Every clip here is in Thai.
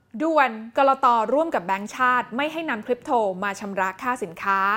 ด่วนกลต.ร่วมกับแบงก์ชาติไม่ให้นำคริปโตมาชำระค่าสินค้า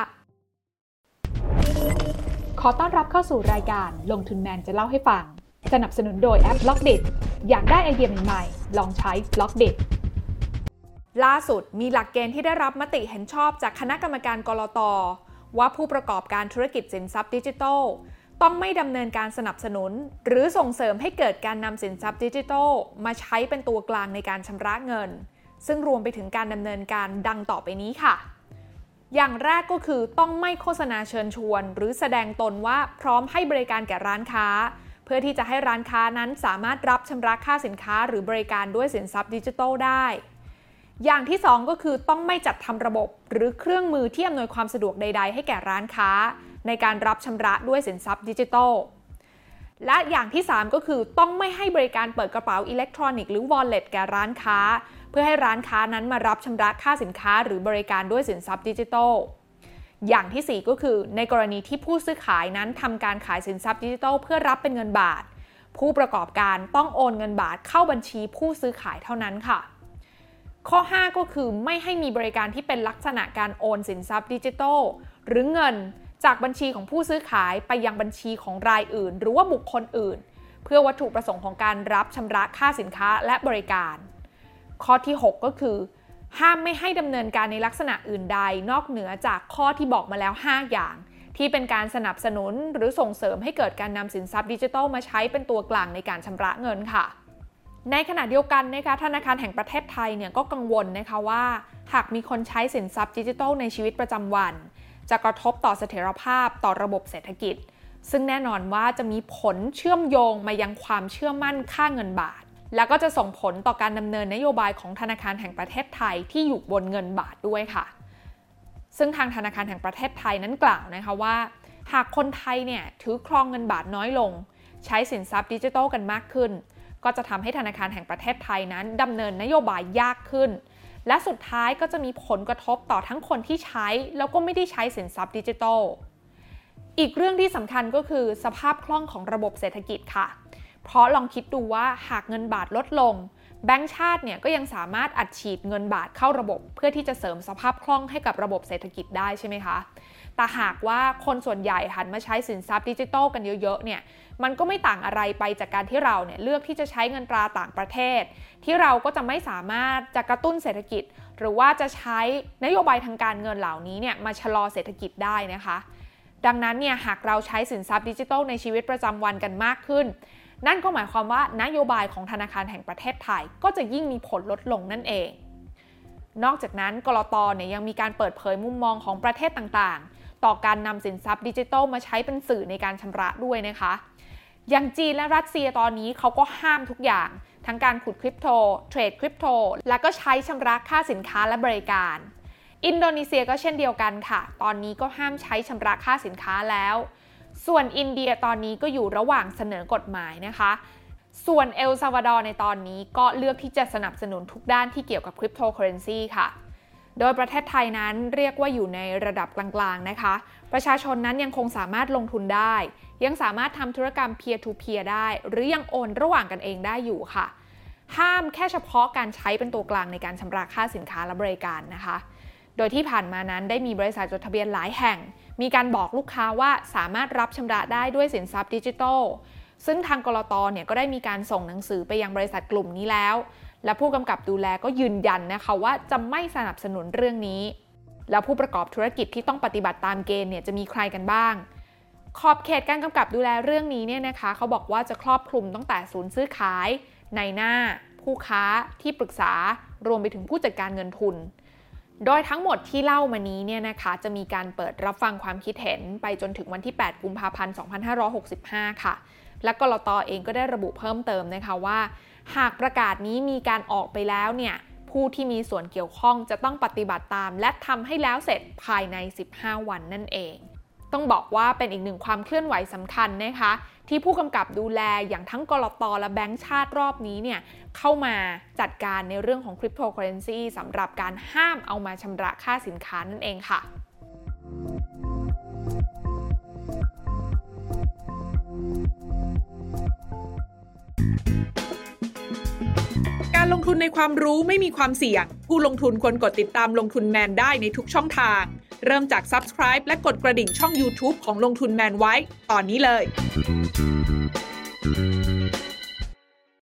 ขอต้อนรับเข้าสู่รายการลงทุนแมนจะเล่าให้ฟังสนับสนุนโดยแอป Blockdit อยากได้ไอเดียใหม่ๆลองใช้ Blockdit ล่าสุดมีหลักเกณฑ์ที่ได้รับมติเห็นชอบจากคณะกรรมการกลต.ว่าผู้ประกอบการธุรกิจสินทรัพย์ดิจิทัลต้องไม่ดำเนินการสนับสนุนหรือส่งเสริมให้เกิดการนำสินทรัพย์ดิจิทัลมาใช้เป็นตัวกลางในการชำระเงินซึ่งรวมไปถึงการดำเนินการดังต่อไปนี้ค่ะอย่างแรกก็คือต้องไม่โฆษณาเชิญชวนหรือแสดงตนว่าพร้อมให้บริการแก่ร้านค้าเพื่อที่จะให้ร้านค้านั้นสามารถรับชำระค่าสินค้าหรือบริการด้วยสินทรัพย์ดิจิทัลได้อย่างที่สองก็คือต้องไม่จัดทำระบบหรือเครื่องมือที่อำนวยความสะดวกใดๆให้แก่ร้านค้าในการรับชำระด้วยสินทรัพย์ดิจิทัลและอย่างที่3ก็คือต้องไม่ให้บริการเปิดกระเป๋าอิเล็กทรอนิกส์หรือ Wallet แก่ร้านค้าเพื่อให้ร้านค้านั้นมารับชำระค่าสินค้าหรือบริการด้วยสินทรัพย์ดิจิทัลอย่างที่4ก็คือในกรณีที่ผู้ซื้อขายนั้นทำการขายสินทรัพย์ดิจิทัลเพื่อรับเป็นเงินบาทผู้ประกอบการต้องโอนเงินบาทเข้าบัญชีผู้ซื้อขายเท่านั้นค่ะข้อ5ก็คือไม่ให้มีบริการที่เป็นลักษณะการโอนสินทรัพย์ดิจิทัลหรือเงินจากบัญชีของผู้ซื้อขายไปยังบัญชีของรายอื่นหรือว่าบุคคลอื่นเพื่อวัตถุประสงค์ของการรับชำระค่าสินค้าและบริการข้อที่6ก็คือห้ามไม่ให้ดำเนินการในลักษณะอื่นใดนอกเหนือจากข้อที่บอกมาแล้ว5อย่างที่เป็นการสนับสนุนหรือส่งเสริมให้เกิดการนำสินทรัพย์ดิจิทัลมาใช้เป็นตัวกลางในการชำระเงินค่ะในขณะเดียวกันนะคะธนาคารแห่งประเทศไทยเนี่ยก็กังวลนะคะว่าหากมีคนใช้สินทรัพย์ดิจิทัลในชีวิตประจำวันจะกระทบต่อเสถียรภาพต่อระบบเศรษฐกิจซึ่งแน่นอนว่าจะมีผลเชื่อมโยงมายังความเชื่อมั่นค่าเงินบาทแล้วก็จะส่งผลต่อการดำเนินนโยบายของธนาคารแห่งประเทศไทยที่อยู่บนเงินบาทด้วยค่ะซึ่งทางธนาคารแห่งประเทศไทยนั้นกล่าวนะคะว่าหากคนไทยเนี่ยถือครองเงินบาทน้อยลงใช้สินทรัพย์ดิจิทัลกันมากขึ้นก็จะทำให้ธนาคารแห่งประเทศไทยนั้นดำเนินนโยบายยากขึ้นและสุดท้ายก็จะมีผลกระทบต่อทั้งคนที่ใช้แล้วก็ไม่ได้ใช้สินทรัพย์ดิจิทัลอีกเรื่องที่สำคัญก็คือสภาพคล่องของระบบเศรษฐกิจค่ะเพราะลองคิดดูว่าหากเงินบาทลดลงแบงก์ชาติเนี่ยก็ยังสามารถอัดฉีดเงินบาทเข้าระบบเพื่อที่จะเสริมสภาพคล่องให้กับระบบเศรษฐกิจได้ใช่ไหมคะแต่หากว่าคนส่วนใหญ่หันมาใช้สินทรัพย์ดิจิทัลกันเยอะๆเนี่ยมันก็ไม่ต่างอะไรไปจากการที่เราเนี่ยเลือกที่จะใช้เงินตราต่างประเทศที่เราก็จะไม่สามารถจะกระตุ้นเศรษฐกิจหรือว่าจะใช้นโยบายทางการเงินเหล่านี้เนี่ยมาชะลอเศรษฐกิจได้นะคะดังนั้นเนี่ยหากเราใช้สินทรัพย์ดิจิทัลในชีวิตประจำวันกันมากขึ้นนั่นก็หมายความว่านโยบายของธนาคารแห่งประเทศไทยก็จะยิ่งมีผลลดลงนั่นเองนอกจากนั้นกลต.เนี่ยยังมีการเปิดเผยมุมมองของประเทศต่างๆต่อการนำสินทรัพย์ดิจิทัลมาใช้เป็นสื่อในการชำระด้วยนะคะอย่างจีนและรัสเซียตอนนี้เขาก็ห้ามทุกอย่างทั้งการขุดคริปโตเทรดคริปโตและก็ใช้ชำระค่าสินค้าและบริการอินโดนีเซียก็เช่นเดียวกันค่ะตอนนี้ก็ห้ามใช้ชำระค่าสินค้าแล้วส่วนอินเดียตอนนี้ก็อยู่ระหว่างเสนอกฎหมายนะคะส่วนเอลซัลวาดอร์ในตอนนี้ก็เลือกที่จะสนับสนุนทุกด้านที่เกี่ยวกับคริปโตเคอเรนซีค่ะโดยประเทศไทยนั้นเรียกว่าอยู่ในระดับกลางๆนะคะประชาชนนั้นยังคงสามารถลงทุนได้ยังสามารถทำธุรกรรม peer to peer ได้หรือยังโอนระหว่างกันเองได้อยู่ค่ะห้ามแค่เฉพาะการใช้เป็นตัวกลางในการชำระค่าสินค้าและบริการนะคะโดยที่ผ่านมานั้นได้มีบริษัทจดทะเบียนหลายแห่งมีการบอกลูกค้าว่าสามารถรับชำระได้ด้วยสินทรัพย์ดิจิทัลซึ่งทางกลต.เนี่ยก็ได้มีการส่งหนังสือไปยังบริษัทกลุ่มนี้แล้วและผู้กำกับดูแลก็ยืนยันนะคะว่าจะไม่สนับสนุนเรื่องนี้แล้วผู้ประกอบธุรกิจที่ต้องปฏิบัติตามเกณฑ์เนี่ยจะมีใครกันบ้างขอบเขตการกำกับดูแลเรื่องนี้เนี่ยนะคะเขาบอกว่าจะครอบคลุมตั้งแต่ศูนย์ซื้อขายนายหน้าผู้ค้าที่ปรึกษารวมไปถึงผู้จัดการเงินทุนโดยทั้งหมดที่เล่ามานี้เนี่ยนะคะจะมีการเปิดรับฟังความคิดเห็นไปจนถึงวันที่8กุมภาพันธ์2565ค่ะและกลต.เองก็ได้ระบุเพิ่มเติมนะคะว่าหากประกาศนี้มีการออกไปแล้วเนี่ยผู้ที่มีส่วนเกี่ยวข้องจะต้องปฏิบัติตามและทำให้แล้วเสร็จภายใน15วันนั่นเองต้องบอกว่าเป็นอีกหนึ่งความเคลื่อนไหวสำคัญนะคะที่ผู้กำกับดูแลอย่างทั้งกลต.และแบงก์ชาติรอบนี้เนี่ยเข้ามาจัดการในเรื่องของคริปโตเคอเรนซีสำหรับการห้ามเอามาชำระค่าสินค้านั่นเองค่ะการลงทุนในความรู้ไม่มีความเสี่ยงผู้ลงทุนควรกดติดตามลงทุนแมนได้ในทุกช่องทางเริ่มจาก Subscribe และกดกระดิ่งช่อง YouTube ของลงทุนแมนไว้ตอนนี้เลย